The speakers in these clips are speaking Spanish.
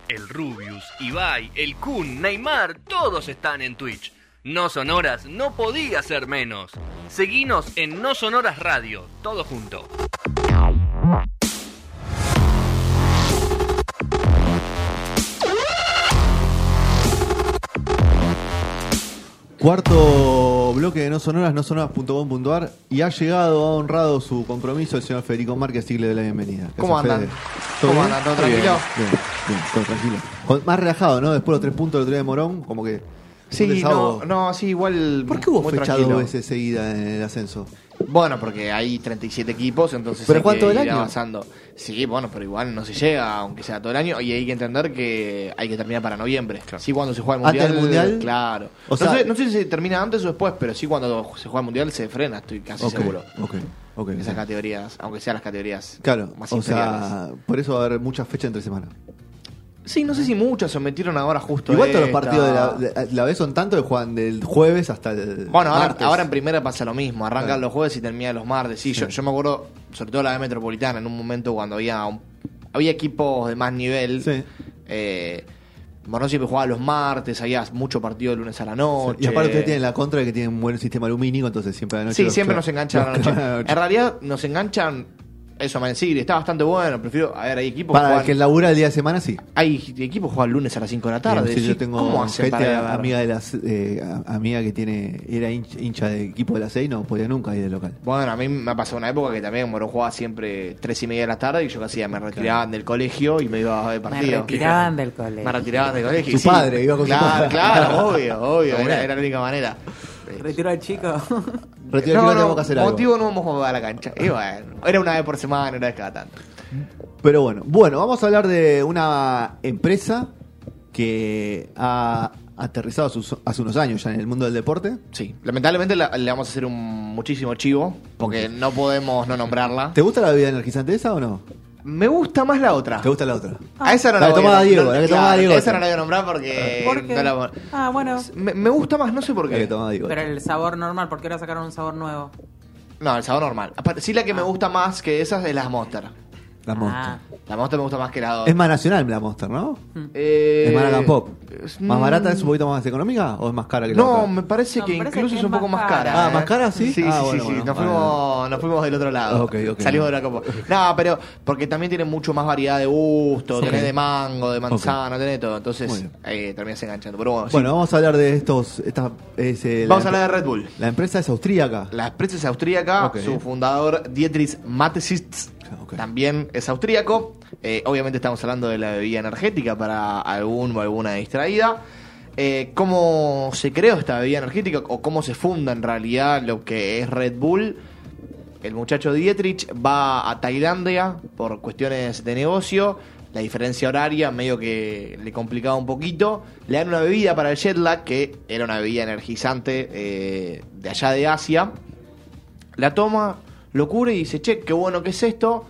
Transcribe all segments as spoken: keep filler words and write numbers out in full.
El Rubius, Ibai, el Kun, Neymar, todos están en Twitch. No Sonoras no podía ser menos. Seguinos en No Sonoras Radio, todo junto. Cuarto bloque de No Sonoras, no sonoras punto com punto ar, y ha llegado, ha honrado su compromiso el señor Federico Márquez, y le doy la bienvenida. ¿Cómo andan? ¿Cómo bien? andan? ¿Todo tranquilo? Bien, bien, bien, todo tranquilo. Con- más relajado, ¿no? Después de los tres puntos del otro día de Morón, como que... un Sí, desahogo. no, no, sí, igual. ¿Por qué hubo muy fecha tranquilo. dos veces seguida en el ascenso? Bueno, porque hay treinta y siete equipos, entonces ¿Pero hay cuánto que del ir año? avanzando. Sí, bueno, pero igual no se llega, aunque sea todo el año, y hay que entender que hay que terminar para noviembre. Sí, cuando se juega el ¿Antes mundial. del Mundial? Claro. O no, sea- sé, no sé si se termina antes o después, pero sí cuando se juega el mundial se frena, estoy casi Ok, seguro. ok, ok. Esas categorías, aunque sean las categorías Claro, más o inferiores. sea, por eso va a haber muchas fechas entre semanas. Sí, no sé si muchas se metieron ahora justo. Igual todos los esta. partidos de la, de la vez son tantos que juegan del jueves hasta el Bueno, ahora, martes. ahora en primera pasa lo mismo, arrancan Claro. los jueves y terminan los martes. Sí, Sí. Yo, yo me acuerdo, sobre todo la de Metropolitana, en un momento cuando había un- había equipos de más nivel. Sí. Eh, Morón siempre jugaba los martes, había mucho partido de lunes a la noche. Y aparte ustedes tienen la contra de que tienen un buen sistema lumínico, entonces siempre a la noche... Sí, los siempre cla- nos enganchan a la los noche. clavan a la noche. En realidad nos enganchan, eso, Man City, está bastante bueno. Prefiero, a ver, hay equipos Para que el juegan, que labura el día de semana, sí. hay equipos que juegan lunes a las cinco de la tarde. Bien, sí, Sí, yo tengo ¿Cómo hacen gente, para ir a ver? amiga de las eh, a- amiga que tiene era hincha, hincha de equipo de la seis, no podía nunca ir de local. Bueno, a mí me ha pasado una época que también Morón jugaba siempre tres y media de la tarde y yo casi me retiraban del colegio y me iba a ver Me partido. retiraban del colegio. Me retiraban del colegio. Su y sí. padre, iba con su claro, padre. Claro, obvio, obvio. Está Era, bueno. era la única manera. Retiró al chico. Retiro No, no, tenemos no, que hacer algo. motivo no vamos a jugar a la cancha. Y bueno, era una vez por semana, una vez cada tanto. Pero bueno, bueno, vamos a hablar de una empresa que ha aterrizado hace, hace unos años ya en el mundo del deporte. Sí, lamentablemente la- le vamos a hacer un muchísimo chivo porque no podemos no nombrarla. ¿Te gusta la bebida energizante esa o no? Me gusta más la otra. ¿Te gusta la otra? A esa no La la, que voy a tomaba nom- Diego, no, la que claro, tomaba Diego. Esa no la voy a nombrar porque ¿Por qué? no la- Ah, bueno. me, me gusta más, no sé por La que qué. tomaba Diego. Pero el sabor normal, ¿por qué ahora sacaron un sabor nuevo? No, el sabor normal. Aparte, sí, la que me gusta más que esas es la Monster. La Monster. Ah. La Monster me gusta más que la otra. Es más nacional la Monster, ¿no? Eh, ¿Es Maracan Pop? es- ¿Más mm, barata, es un poquito más económica o es más cara que la No, otra? me parece No, que me parece incluso que es un es poco más más cara. cara. Ah, ¿eh? ¿más cara? Sí. Sí, Ah, sí, bueno, sí, sí. bueno. Nos, Ah, fuimos, nos fuimos del otro lado. Ok, ok, Salimos bueno. de la copa. No, pero porque también tiene mucho más variedad de gusto. Sí. Tenés de mango, de manzana, tenés todo. Entonces, Muy bien. eh, terminás enganchando. Pero bueno, sí. Bueno, vamos a hablar de estos... Esta, es, eh, Vamos a la, hablar de Red Bull. La empresa es austríaca. La empresa es austríaca, Ok. su fundador Dietrich Mateschitz Ok. también es austríaco. Eh, obviamente estamos hablando de la bebida energética para algún o alguna distraída. Eh, ¿Cómo se creó esta bebida energética o cómo se funda en realidad lo que es Red Bull? El muchacho Dietrich va a Tailandia por cuestiones de negocio. La diferencia horaria medio que le complicaba un poquito. Le dan una bebida para el jet lag, que era una bebida energizante eh, de allá de Asia. La toma, lo cubre y dice, che, qué bueno que es esto.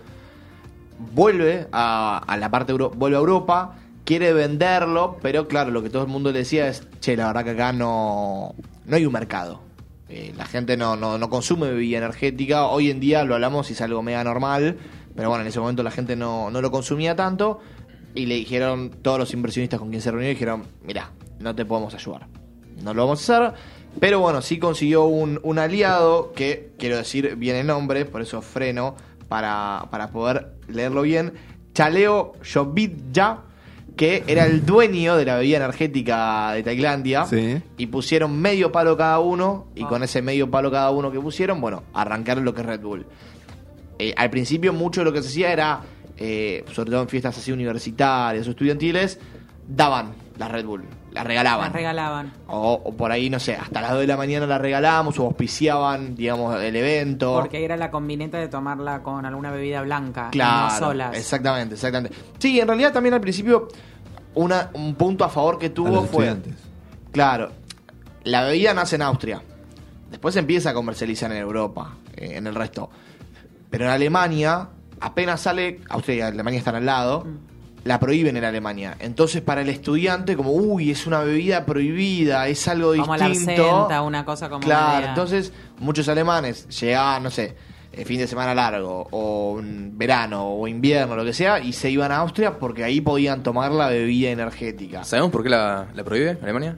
Vuelve a, a la parte, Euro- vuelve a Europa, quiere venderlo, pero claro, lo que todo el mundo le decía es, che, la verdad que acá no, no hay un mercado. Eh, la gente no, no, no consume bebida energética. Hoy en día lo hablamos y es algo mega normal, pero bueno, en ese momento la gente no, no lo consumía tanto. Y le dijeron, todos los inversionistas con quien se reunió, dijeron, mirá, no te podemos ayudar. No lo vamos a hacer. Pero bueno, sí consiguió un, un aliado, que quiero decir bien el nombre, por eso freno para, para poder leerlo bien. Chaleo Yobidja, que era el dueño de la bebida energética de Tailandia. Sí. Y pusieron medio palo cada uno. Y Ah. con ese medio palo cada uno que pusieron, bueno, arrancaron lo que es Red Bull. Eh, al principio mucho de lo que se hacía era, eh, sobre todo en fiestas así universitarias o estudiantiles, daban la Red Bull, la regalaban. Las regalaban. O, o por ahí, no sé, hasta las dos de la mañana la regalábamos o auspiciaban, digamos, el evento. Porque era la conveniente de tomarla con alguna bebida blanca. y Claro, no solas. exactamente, exactamente. Sí, en realidad también al principio una, un punto a favor que A tuvo los fue... estudiantes. Claro, la bebida nace en Austria. Después se empieza a comercializar en Europa, eh, en el resto. Pero en Alemania, apenas sale, Austria y Alemania están al lado, la prohíben en Alemania. Entonces para el estudiante como, uy, es una bebida prohibida, es algo Como la distinto. absenta, una cosa como Claro, media- entonces muchos alemanes llegaban, no sé, eh, fin de semana largo, o mm, verano, o invierno, lo que sea, y se iban a Austria porque ahí podían tomar la bebida energética. ¿Sabemos por qué la, la prohíbe Alemania?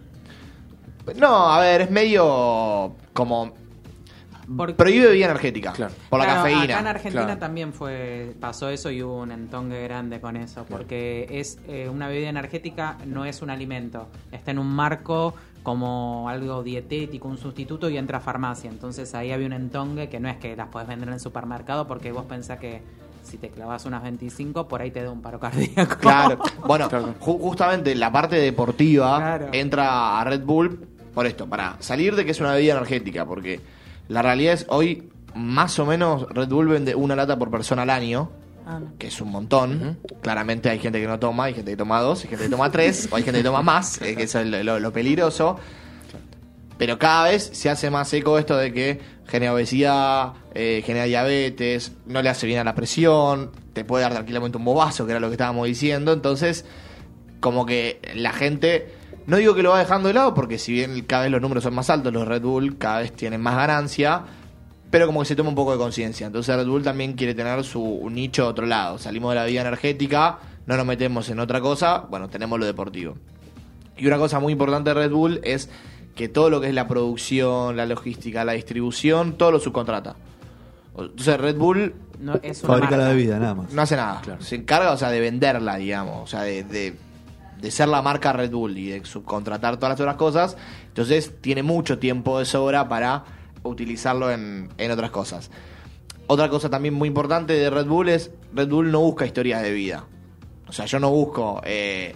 No, a ver, es medio como... Porque- Prohíbe bebida energética, Claro. por la Claro, cafeína. Acá en Argentina Claro. también fue pasó eso y hubo un entongue grande con eso, porque es eh, una bebida energética, no es un alimento, está en un marco como algo dietético, un sustituto, y entra a farmacia. Entonces ahí había un entongue que no es que las podés vender en el supermercado, porque vos pensás que si te clavas unas veinticinco, por ahí te da un paro cardíaco. Claro, bueno, Claro. ju- justamente la parte deportiva Claro. entra a Red Bull por esto, para salir de que es una bebida energética, porque la realidad es hoy más o menos Red Bull vende una lata por persona al año, Ah, no. que es un montón. Claramente hay gente que no toma, hay gente que toma dos, hay gente que toma tres, o hay gente que toma más, eh, que eso es lo, lo- lo peligroso. Pero cada vez se hace más eco esto de que genera obesidad, eh, genera diabetes, no le hace bien a la presión, te puede dar tranquilamente un bobazo, que era lo que estábamos diciendo. Entonces, como que la gente, no digo que lo va dejando de lado, porque si bien cada vez los números son más altos, los Red Bull cada vez tienen más ganancia, pero como que se toma un poco de conciencia. Entonces Red Bull también quiere tener su nicho a otro lado. Salimos de la vida energética, no nos metemos en otra cosa, bueno, tenemos lo deportivo. Y una cosa muy importante de Red Bull es que todo lo que es la producción, la logística, la distribución, todo lo subcontrata. Entonces Red Bull No, es una Fabrica la marca. bebida, nada más. no hace nada. Se encarga, o sea, de venderla, digamos. O sea, de, de, de ser la marca Red Bull y de subcontratar todas las otras cosas. Entonces tiene mucho tiempo de sobra para utilizarlo en, en otras cosas. Otra cosa también muy importante de Red Bull es, Red Bull no busca historias de vida. O sea, yo no busco, eh,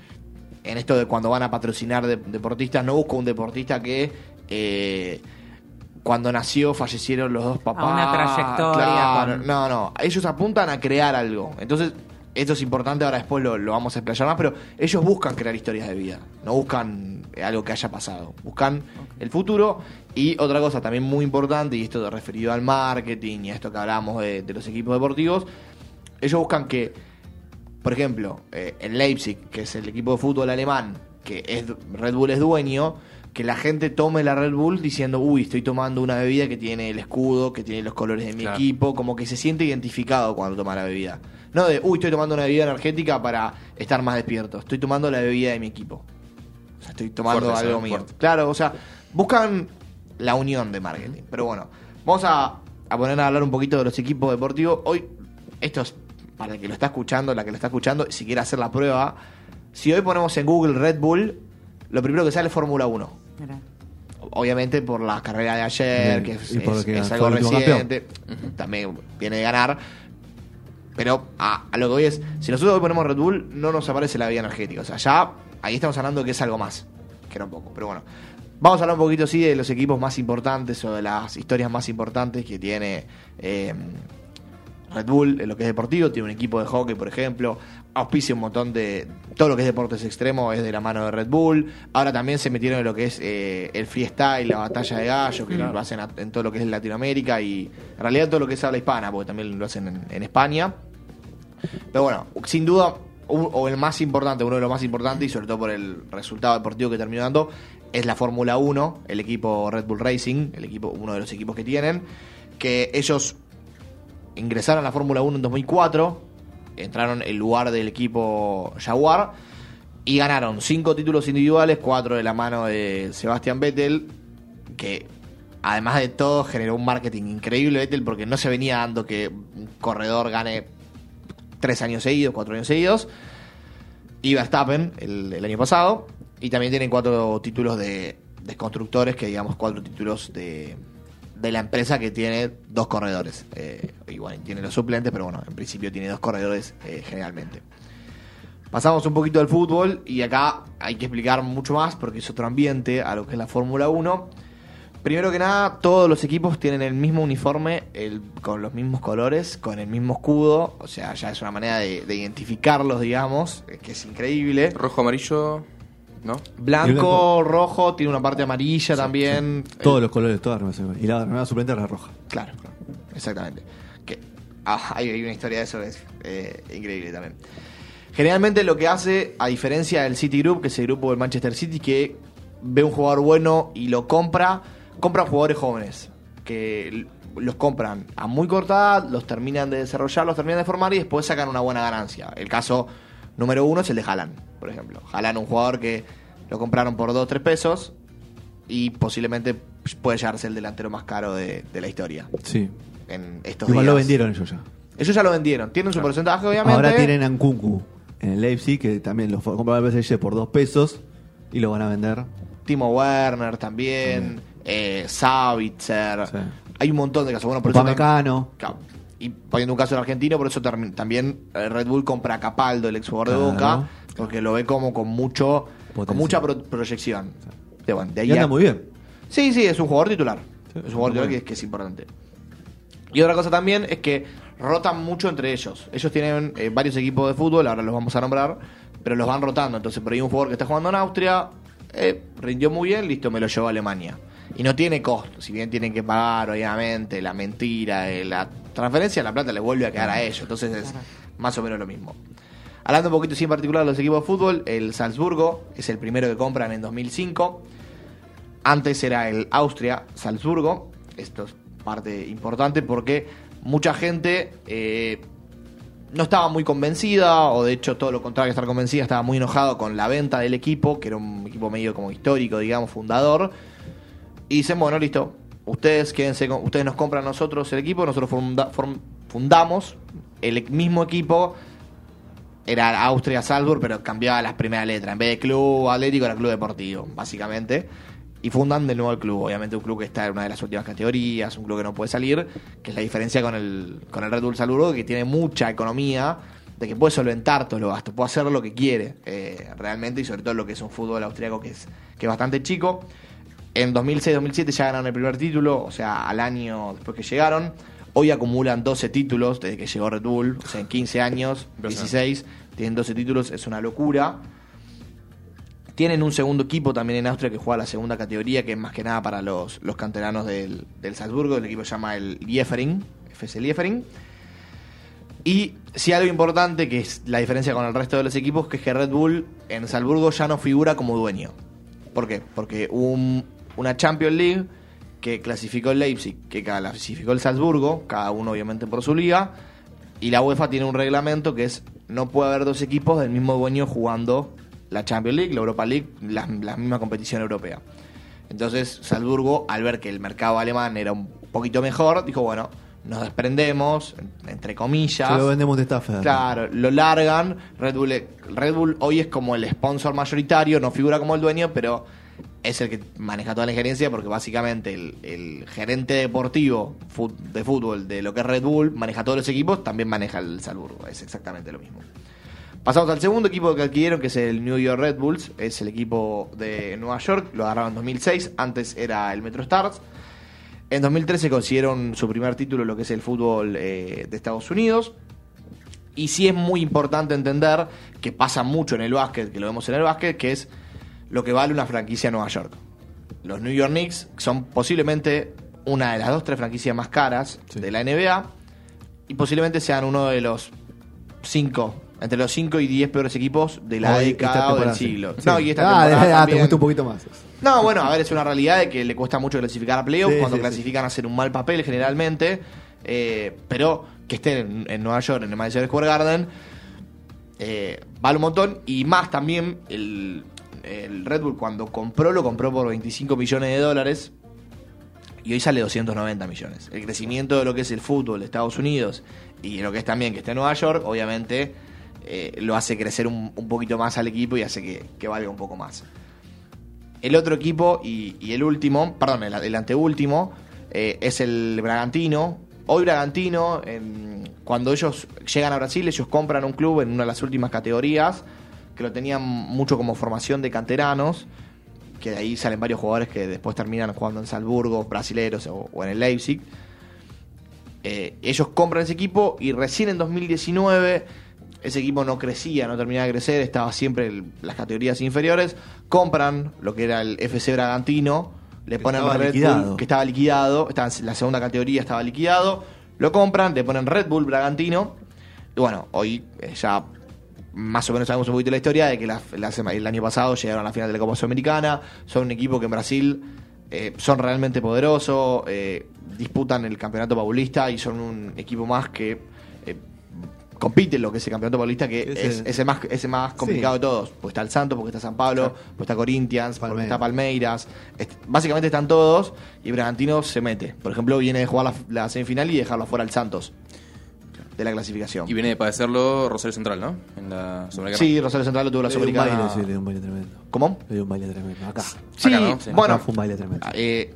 en esto de cuando van a patrocinar de- deportistas, no busco un deportista que eh, cuando nació fallecieron los dos papás. una trayectoria Claro, con- no, no. Ellos apuntan a crear algo. Entonces, esto es importante, ahora después lo, lo vamos a explayar más, pero ellos buscan crear historias de vida. No buscan eh, algo que haya pasado. Buscan el futuro. Y otra cosa también muy importante, y esto referido al marketing y a esto que hablamos de, de los equipos deportivos, ellos buscan que, por ejemplo, eh, en Leipzig, que es el equipo de fútbol alemán, que es Red Bull es dueño, que la gente tome la Red Bull diciendo, uy, estoy tomando una bebida que tiene el escudo, que tiene los colores de mi Claro. equipo, como que se siente identificado cuando toma la bebida. No de, uy, estoy tomando una bebida energética para estar más despierto, estoy tomando la bebida de mi equipo. O sea, estoy tomando Fuerte, algo ¿sabes? mío. Fuerte. Claro, o sea, buscan la unión de marketing. Pero bueno, vamos a, a poner a hablar un poquito de los equipos deportivos. Hoy, esto es para el que lo está escuchando, la que lo está escuchando, si quiere hacer la prueba. Si hoy ponemos en Google Red Bull, lo primero que sale es Fórmula uno. Mirá. Obviamente por la carrera de ayer, Bien, que es, y por es- que es fue algo el último reciente, también viene de ganar. Pero a, a lo que voy es, si nosotros hoy ponemos Red Bull, no nos aparece la bebida energética. O sea, ya ahí estamos hablando que es algo más, que era un poco. Pero bueno, vamos a hablar un poquito sí de los equipos más importantes o de las historias más importantes que tiene eh, Red Bull en lo que es deportivo. Tiene un equipo de hockey, por ejemplo, auspicia un montón de... Todo lo que es deportes extremos es de la mano de Red Bull. Ahora también se metieron en lo que es eh, el freestyle, la batalla de gallo, que lo hacen a- en todo lo que es Latinoamérica y en realidad todo lo que es habla hispana, porque también lo hacen en, en España. Pero bueno, sin duda, un- o el más importante, uno de los más importantes, y sobre todo por el resultado deportivo que terminó dando, es la Fórmula uno, el equipo Red Bull Racing, el equipo, uno de los equipos que tienen, que ellos ingresaron a la Fórmula uno en dos mil cuatro, entraron en lugar del equipo Jaguar y ganaron cinco títulos individuales, cuatro de la mano de Sebastian Vettel, que además de todo generó un marketing increíble Vettel, porque no se venía dando que un corredor gane tres años seguidos, cuatro años seguidos, y Verstappen el, el año pasado, y también tienen cuatro títulos de, de constructores, que digamos cuatro títulos de, de la empresa que tiene dos corredores. Eh, y bueno, tiene los suplentes, pero bueno, en principio tiene dos corredores eh, generalmente. Pasamos un poquito al fútbol, y acá hay que explicar mucho más, porque es otro ambiente a lo que es la Fórmula uno. Primero que nada, todos los equipos tienen el mismo uniforme, el, con los mismos colores, con el mismo escudo. O sea, ya es una manera de, de identificarlos, digamos, eh, que es increíble. Rojo, amarillo, ¿no? Blanco, Y blanco. rojo, tiene una parte amarilla también. Todos El- los colores, todas las remeras. Y la remera suplente era roja. Claro, exactamente. Que, ah, hay, hay una historia de eso que es eh, increíble también. Generalmente lo que hace, a diferencia del City Group, que es el grupo del Manchester City, que ve un jugador bueno y lo compra, compra jugadores jóvenes. Que los compran a muy corta edad, los terminan de desarrollar, los terminan de formar y después sacan una buena ganancia. El caso número uno es el de Haaland, por ejemplo. Haaland, un jugador que lo compraron por dos o tres pesos y posiblemente puede llegarse el delantero más caro de, de la historia. Sí. En estos Igual días. lo vendieron ellos ya. Ellos ya lo vendieron. Tienen su porcentaje, obviamente. Ahora tienen a Nkunku en el Leipzig, que también lo fue- compraron el P S G por dos pesos y lo van a vender. Timo Werner también. Eh, Savitzer. Sí. Hay un montón de casos. Bueno, por eso tam- Upamecano. Claro. Y poniendo un caso en argentino, por eso term- también eh, Red Bull compra a Capaldo, el ex jugador de Claro. Boca, porque lo ve como con mucho Potencial. con mucha pro- proyección. De, bueno, de ahí Y anda a- muy bien. Sí, sí, es un jugador titular. Sí, es un jugador muy titular bien. que, es- que es importante. Y otra cosa también es que rotan mucho entre ellos. Ellos tienen eh, varios equipos de fútbol, ahora los vamos a nombrar, pero los van rotando. Entonces, por ahí un jugador que está jugando en Austria, eh, rindió muy bien, listo, me lo llevó a Alemania. Y no tiene costo, si bien tienen que pagar, obviamente, la mentira, eh, la transferencia, la plata les vuelve a quedar a ellos. Entonces es más o menos lo mismo. Hablando un poquito, sí, en particular de los equipos de fútbol, el Salzburgo es el primero que compran en dos mil cinco. Antes era el Austria Salzburgo. Esto es parte importante porque mucha gente eh, no estaba muy convencida, o de hecho todo lo contrario que estar convencida, estaba muy enojado con la venta del equipo, que era un equipo medio como histórico, digamos, fundador. Y dicen, bueno, listo, ustedes quédense con- ustedes nos compran a nosotros el equipo, nosotros funda- form- fundamos el e- mismo equipo. Era Austria Salzburg, pero cambiaba las primeras letras. En vez de club atlético era club deportivo, básicamente. Y fundan de nuevo el club. Obviamente un club que está en una de las últimas categorías, un club que no puede salir, que es la diferencia con el, con el Red Bull Salzburgo, que tiene mucha economía, de que puede solventar todos los gastos, puede hacer lo que quiere eh, realmente, y sobre todo lo que es un fútbol austríaco que es, que es bastante chico. En dos mil seis dos mil siete ya ganaron el primer título, o sea, al año después que llegaron. Hoy acumulan doce títulos desde que llegó Red Bull, o sea, en quince años, dieciséis, tienen doce títulos, es una locura. Tienen un segundo equipo también en Austria que juega la segunda categoría, que es más que nada para los, los canteranos del, del Salzburgo. El equipo se llama el Liefering, F C Liefering. Y sí, algo importante, que es la diferencia con el resto de los equipos, que es que Red Bull en Salzburgo ya no figura como dueño. ¿Por qué? Porque hubo un, una Champions League que clasificó el Leipzig, que clasificó el Salzburgo, cada uno obviamente por su liga, y la UEFA tiene un reglamento que es: no puede haber dos equipos del mismo dueño jugando la Champions League, la Europa League, la, la misma competición europea. Entonces Salzburgo, al ver que el mercado alemán era un poquito mejor, dijo, bueno, nos desprendemos, entre comillas. Se lo vendemos de estafa. Claro, lo largan. Red Bull, Red Bull hoy es como el sponsor mayoritario, no figura como el dueño, pero es el que maneja toda la injerencia, porque básicamente el, el gerente deportivo fut- de fútbol de lo que es Red Bull maneja todos los equipos, también maneja el Salzburgo, es exactamente lo mismo. Pasamos al segundo equipo que adquirieron, que es el New York Red Bulls, es el equipo de Nueva York, lo agarraron en dos mil seis, antes era el Metro Stars. En dos mil trece consiguieron su primer título, lo que es el fútbol eh, de Estados Unidos. Y sí es muy importante entender que pasa mucho en el básquet, que lo vemos en el básquet, que es lo que vale una franquicia en Nueva York. Los New York Knicks son posiblemente una de las dos, tres franquicias más caras Sí. de la N B A, y posiblemente sean uno de los cinco, entre los cinco y diez peores equipos de la Hoy, década esta o del temporada, sí. siglo. Sí. No, y esta Ah, temporada ah, te también. cuesta un poquito más. No, bueno, a ver, es una realidad de que le cuesta mucho clasificar a playoffs. Sí, Cuando sí, clasifican hacen un mal papel generalmente, eh, pero que estén en, en Nueva York, en el Madison Square Garden, eh, vale un montón. Y más también, el, el Red Bull cuando compró, lo compró por veinticinco millones de dólares y hoy sale doscientos noventa millones. El crecimiento de lo que es el fútbol de Estados Unidos y lo que es también que esté en Nueva York, obviamente eh, lo hace crecer un, un poquito más al equipo y hace que, que valga un poco más. El otro equipo y, y el último, perdón, el, el anteúltimo, eh, es el Bragantino. Hoy Bragantino, en, cuando ellos llegan a Brasil, ellos compran un club en una de las últimas categorías, que lo tenían mucho como formación de canteranos, que de ahí salen varios jugadores que después terminan jugando en Salzburgo, brasileros o, o en el Leipzig. Eh, ellos compran ese equipo y recién en dos mil diecinueve ese equipo no crecía, no terminaba de crecer, estaba siempre en las categorías inferiores. Compran lo que era el F C Bragantino, le Que ponen estaba Red liquidado. Bull, que estaba liquidado, estaba en la segunda categoría, estaba liquidado. Lo compran, le ponen Red Bull Bragantino. Y bueno, hoy eh, ya más o menos sabemos un poquito la historia de que la, la sema- el año pasado llegaron a la final de la Copa Sudamericana. Son un equipo que en Brasil eh, son realmente poderosos, eh, disputan el campeonato paulista y son un equipo más que eh, compite en lo que es el campeonato paulista, que Ese- es, es el más, es el más complicado Sí. de todos. Porque está el Santos, porque está San Pablo, Claro. porque está Corinthians, porque Palmeiras. está Palmeiras. Est- básicamente están todos y Bragantino se mete. Por ejemplo, viene de jugar la, la semifinal y dejarlo fuera al Santos de la clasificación. Y viene de padecerlo Rosario Central, ¿no? En la Sudamericana. Sí, Rosario Central lo tuvo la Le dio un Sudamericana. baile, sí, le dio un baile tremendo. ¿Cómo? Le dio un baile tremendo. Acá. Sí, Acá, ¿no? Sí. bueno, Acá fue un baile tremendo. eh,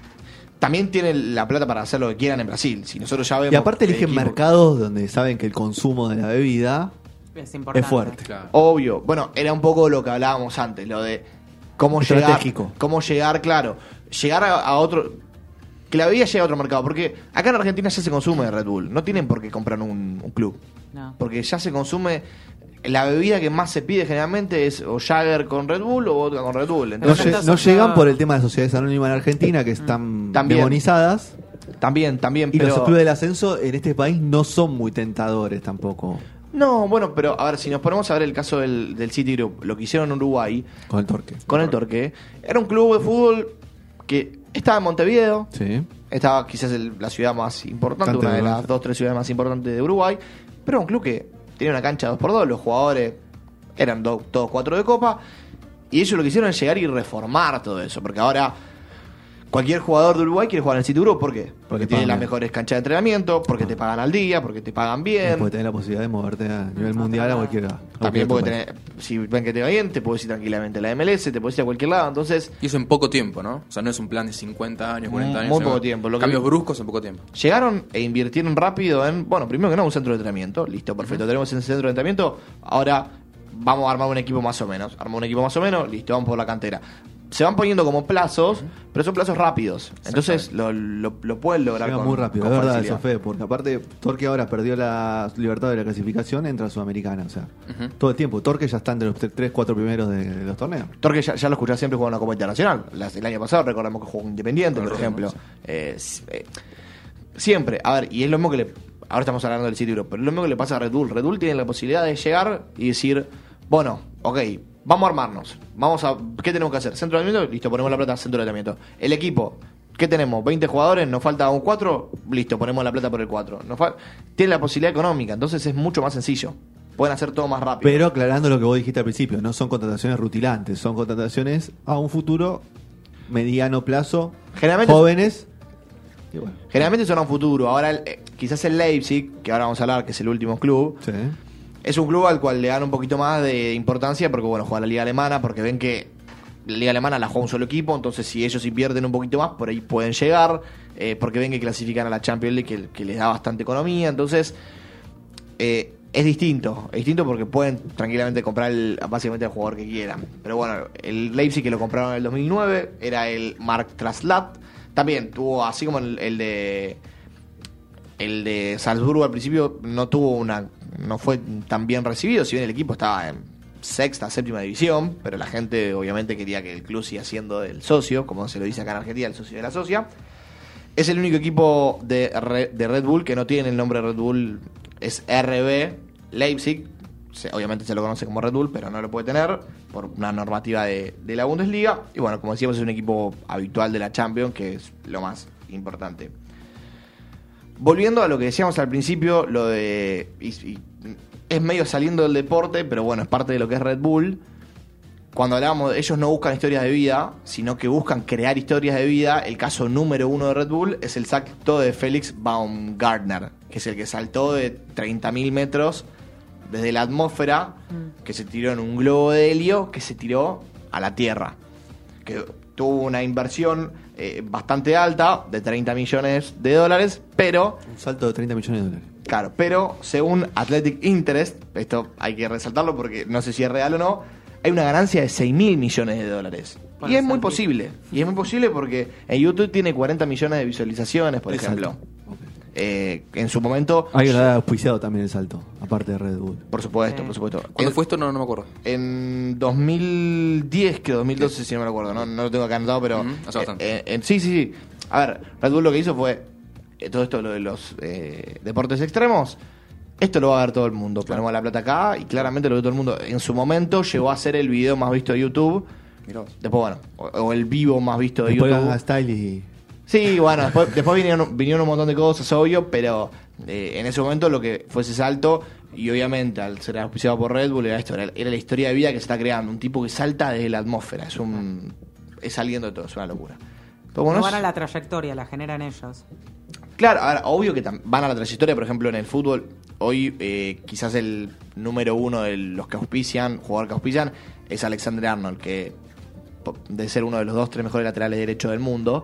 también tienen la plata para hacer lo que quieran en Brasil. Si nosotros ya vemos Y aparte que eligen equipo- mercados donde saben que el consumo de la bebida Es importante. es fuerte. Claro. Obvio. Bueno, era un poco lo que hablábamos antes, lo de cómo Estratégico. llegar, cómo llegar, claro, llegar a, a otro, que la bebida llegue a otro mercado, porque acá en Argentina ya se consume Red Bull, no tienen por qué comprar un, un club, No. porque ya se consume. La bebida que más se pide generalmente es o Jagger con Red Bull o vodka con Red Bull. No, Entonces, lle- Entonces, no ya- llegan por el tema de sociedades anónimas en Argentina que están También. demonizadas. también, también, Y pero los clubes del ascenso en este país no son muy tentadores tampoco no, bueno, pero a ver, si nos ponemos a ver el caso del, del City Group, lo que hicieron en Uruguay con el torque. con el Torque, era un club de fútbol que estaba en Montevideo. Sí. Estaba quizás el- la ciudad más importante, Bastante una de bueno. las dos tres ciudades más importantes de Uruguay, pero era un club que tenía una cancha dos por dos, los jugadores eran do- todos cuatro de copa, y ellos lo que hicieron es llegar y reformar todo eso, porque ahora cualquier jugador de Uruguay quiere jugar en el City Group, ¿por qué? Porque, Porque tiene pagan las bien. mejores canchas de entrenamiento, porque te pagan al día, porque te pagan bien. Puedes tener la posibilidad de moverte a nivel mundial a cualquiera. a También cualquier porque otro país. tener, si ven que te va bien, te puedes ir tranquilamente a la M L S, te puedes ir a cualquier lado, entonces Y eso en poco tiempo, ¿no? O sea, no es un plan de cincuenta años, cuarenta años. Muy sino poco tiempo, lo que- Cambios bruscos en poco tiempo. llegaron e invirtieron rápido en, bueno, primero que nada un centro de entrenamiento, listo, perfecto, tenemos ese centro de entrenamiento, ahora vamos a armar un equipo más o menos, armamos un equipo más o menos, listo, vamos por la cantera. Se van poniendo como plazos, pero son plazos rápidos, entonces lo, lo, lo pueden lograr Llega con, muy rápido, con es verdad facilidad. eso, Fede, porque aparte Torque ahora perdió la libertad de la clasificación, entra a Sudamericana, o sea, Ujú. todo el tiempo. Torque ya está entre los tres, cuatro primeros de, de los torneos. Torque ya, ya lo escuchás siempre jugando en la Copa Internacional. Las- el año pasado recordamos que jugó Independiente, Con por el ejemplo. Remo, Eh, s- eh, siempre, a ver, y es lo mismo que le. Ahora estamos hablando del City Group, pero es lo mismo que le pasa a Red Bull. Red Bull tiene la posibilidad de llegar y decir, bueno, ok, vamos a armarnos. Vamos a. ¿Qué tenemos que hacer? Centro de entrenamiento, listo, ponemos la plata, centro de entrenamiento. El equipo. ¿Qué tenemos? veinte jugadores, nos falta un cuatro, listo, ponemos la plata por el cuatro. Nos fal- Tiene la posibilidad económica, entonces es mucho más sencillo. Pueden hacer todo más rápido. Pero aclarando lo que vos dijiste al principio, no son contrataciones rutilantes, son contrataciones a un futuro mediano plazo, Generalmente- jóvenes. Y bueno, Generalmente son a un futuro. Ahora, el- eh, quizás el Leipzig, que ahora vamos a hablar, que es el último club, sí. es un club al cual le dan un poquito más de importancia porque, bueno, juega la Liga Alemana, porque ven que la Liga Alemana la juega un solo equipo, entonces si ellos invierten un poquito más, por ahí pueden llegar, eh, porque ven que clasifican a la Champions League, que, que les da bastante economía, entonces eh, es distinto, es distinto porque pueden tranquilamente comprar el- básicamente el jugador que quieran. Pero bueno, el Leipzig que lo compraron en el dos mil nueve era el Mark Traslat, también tuvo, así como el, el de el de Salzburgo al principio no tuvo una no fue tan bien recibido, si bien el equipo estaba en sexta, séptima división, pero la gente obviamente quería que el club siga siendo el socio, como se lo dice acá en Argentina, el socio de la socia. Es el único equipo de, Re- de Red Bull que no tiene el nombre Red Bull, es R B Leipzig, se- obviamente se lo conoce como Red Bull, pero no lo puede tener por una normativa de, de la Bundesliga. Y bueno, como decíamos, es un equipo habitual de la Champions, que es lo más importante. Volviendo a lo que decíamos al principio, lo de. Y, y es medio saliendo del deporte, pero bueno, es parte de lo que es Red Bull. Cuando hablábamos, ellos no buscan historias de vida, sino que buscan crear historias de vida. El caso número uno de Red Bull es el salto de Felix Baumgartner, que es el que saltó de treinta mil metros desde la atmósfera, que se tiró en un globo de helio, que se tiró a la Tierra. Que tuvo una inversión eh, bastante alta, de treinta millones de dólares, pero, Un salto de treinta millones de dólares. claro, pero según Athletic Interest, esto hay que resaltarlo porque no sé si es real o no, hay una ganancia de seis mil millones de dólares. Por Y es el muy saltito. posible, y es muy posible porque en YouTube tiene cuarenta millones de visualizaciones, por El ejemplo. salto. Ok. Eh, en su momento, Alguien lo ha auspiciado también el salto, aparte de Red Bull. por supuesto, Sí. por supuesto. ¿Cuándo En- fue esto? No, no me acuerdo. En dos mil diez, que dos mil doce, si no me lo acuerdo, no, no lo tengo acá anotado, pero. Ujú, hace bastante. eh, eh, sí, sí, sí. A ver, Red Bull lo que hizo fue. eh, todo esto, lo de los eh, deportes extremos. Esto lo va a ver todo el mundo. Ponemos la plata acá y claramente lo ve todo el mundo. En su momento llegó a ser el video más visto de YouTube. Mirá vos. Después, bueno, o, o el vivo más visto de Después YouTube. Gangnam Style y... Sí, bueno, después, después vinieron, vinieron un montón de cosas, obvio, pero eh, en ese momento lo que fue ese salto, y obviamente al ser auspiciado por Red Bull, era esto, era, era la historia de vida que se está creando, un tipo que salta desde la atmósfera, es un es saliendo de todo, es una locura. Pero bueno, No van es- a la trayectoria, la generan ellos. Claro, ahora, obvio que tam- van a la trayectoria, por ejemplo, en el fútbol, hoy eh, quizás el número uno de los que auspician, jugador que auspician, es Alexander Arnold, que po- debe ser uno de los dos, tres mejores laterales derechos del mundo.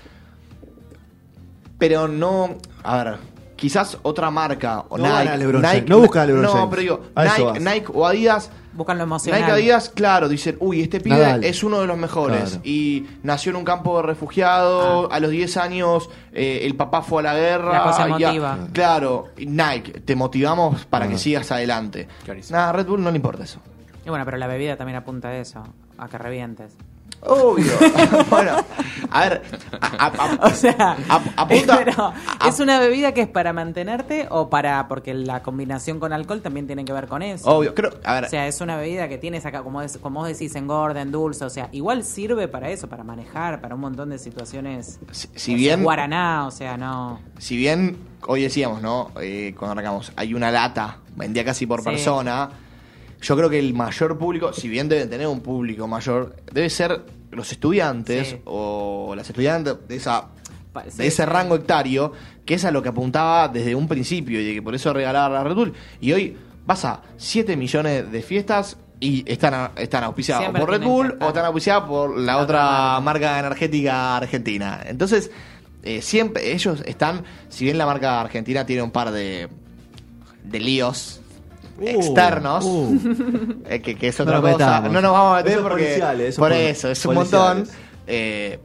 Pero no, a ver, quizás otra marca, o No Nike, van a LeBron Nike, James, no buscan a LeBron no, James. pero digo, A eso Nike, vas. Nike o Adidas, Buscan lo emocional. Nike Adidas, claro, dicen, uy, este pibe Nadal. es uno de los mejores. Claro. Y nació en un campo de refugiados, a los diez años eh, el papá fue a la guerra. La cosa ya- emotiva. claro, y Nike, te motivamos para Ah. que sigas adelante. Clarísimo. Nada, a Red Bull no le importa eso. Y bueno, pero la bebida también apunta a eso, a que revientes. Obvio. Bueno, a ver, a- a- a- O sea, a- apunta. pero, a- ¿es una bebida que es para mantenerte o para...? Porque la combinación con alcohol también tiene que ver con eso. Obvio, creo, a ver, O sea, es una bebida que tienes acá, como, es, como vos decís, engorda, endulza. O sea, igual sirve para eso, para manejar, para un montón de situaciones. si, si o sea, bien. guaraná, o sea, no... Si bien hoy decíamos, ¿no? Eh, cuando arrancamos, hay una lata, vendía casi por Sí. persona. Yo creo que el mayor público, si bien deben tener un público mayor, debe ser los estudiantes Sí. o las estudiantes de esa Pa- sí, de ese sí. rango hectario, que es a lo que apuntaba desde un principio y de que por eso regalaba la Red Bull. Y hoy vas a siete millones de fiestas y están, a- están auspiciadas Siempre por Red tienen que Bull estar. o están auspiciadas por la, La otra otra marca. marca energética argentina. Entonces, eh, siempre ellos están, si bien la marca argentina tiene un par de, de líos Uh, externos, uh. eh, que, que es No otra nos cosa, metamos. no nos vamos a meter Eso es porque policiales, eso por es pol- eso, es un policiales. montón. Eh,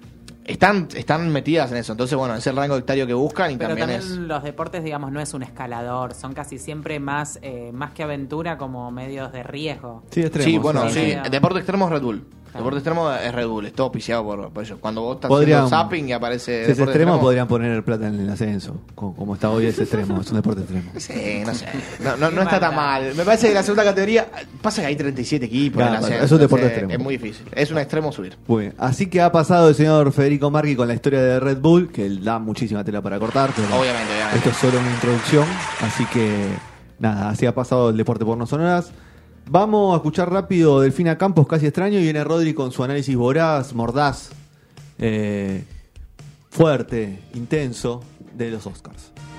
están, están metidas en eso, entonces bueno, es el rango hectario que buscan y Pero también, también, es... los deportes, digamos, no es un escalador. Son casi siempre más, eh, más que aventura, como medios de riesgo. Sí, extremos. Sí, bueno, claro. sí, Sí. el deporte extremo es Red Bull. El Claro. deporte extremo es Red Bull, es todo auspiciado por, por ellos. Cuando vos estás Podrían- haciendo zapping y aparece Si es deporte extremo, podrían poner plata en el ascenso. Como, como está hoy es extremo, es un deporte extremo. Sí, no sé. No, no, no Qué está tan maldad. mal. Me parece que la segunda categoría pasa que hay treinta y siete equipos. Claro, en la bueno, ascenso, es un deporte entonces extremo. Es muy difícil. Es un extremo subir. Muy bien. Así que ha pasado el señor Federico Marchi con la historia de Red Bull, que da muchísima tela para cortar, pero Obviamente, obviamente. esto es solo una introducción. Así que nada, así ha pasado el deporte por no sonoras. Vamos a escuchar rápido Delfina Campos, Casi Extraño, y viene Rodri con su análisis voraz, mordaz, eh, fuerte, intenso de los Oscars.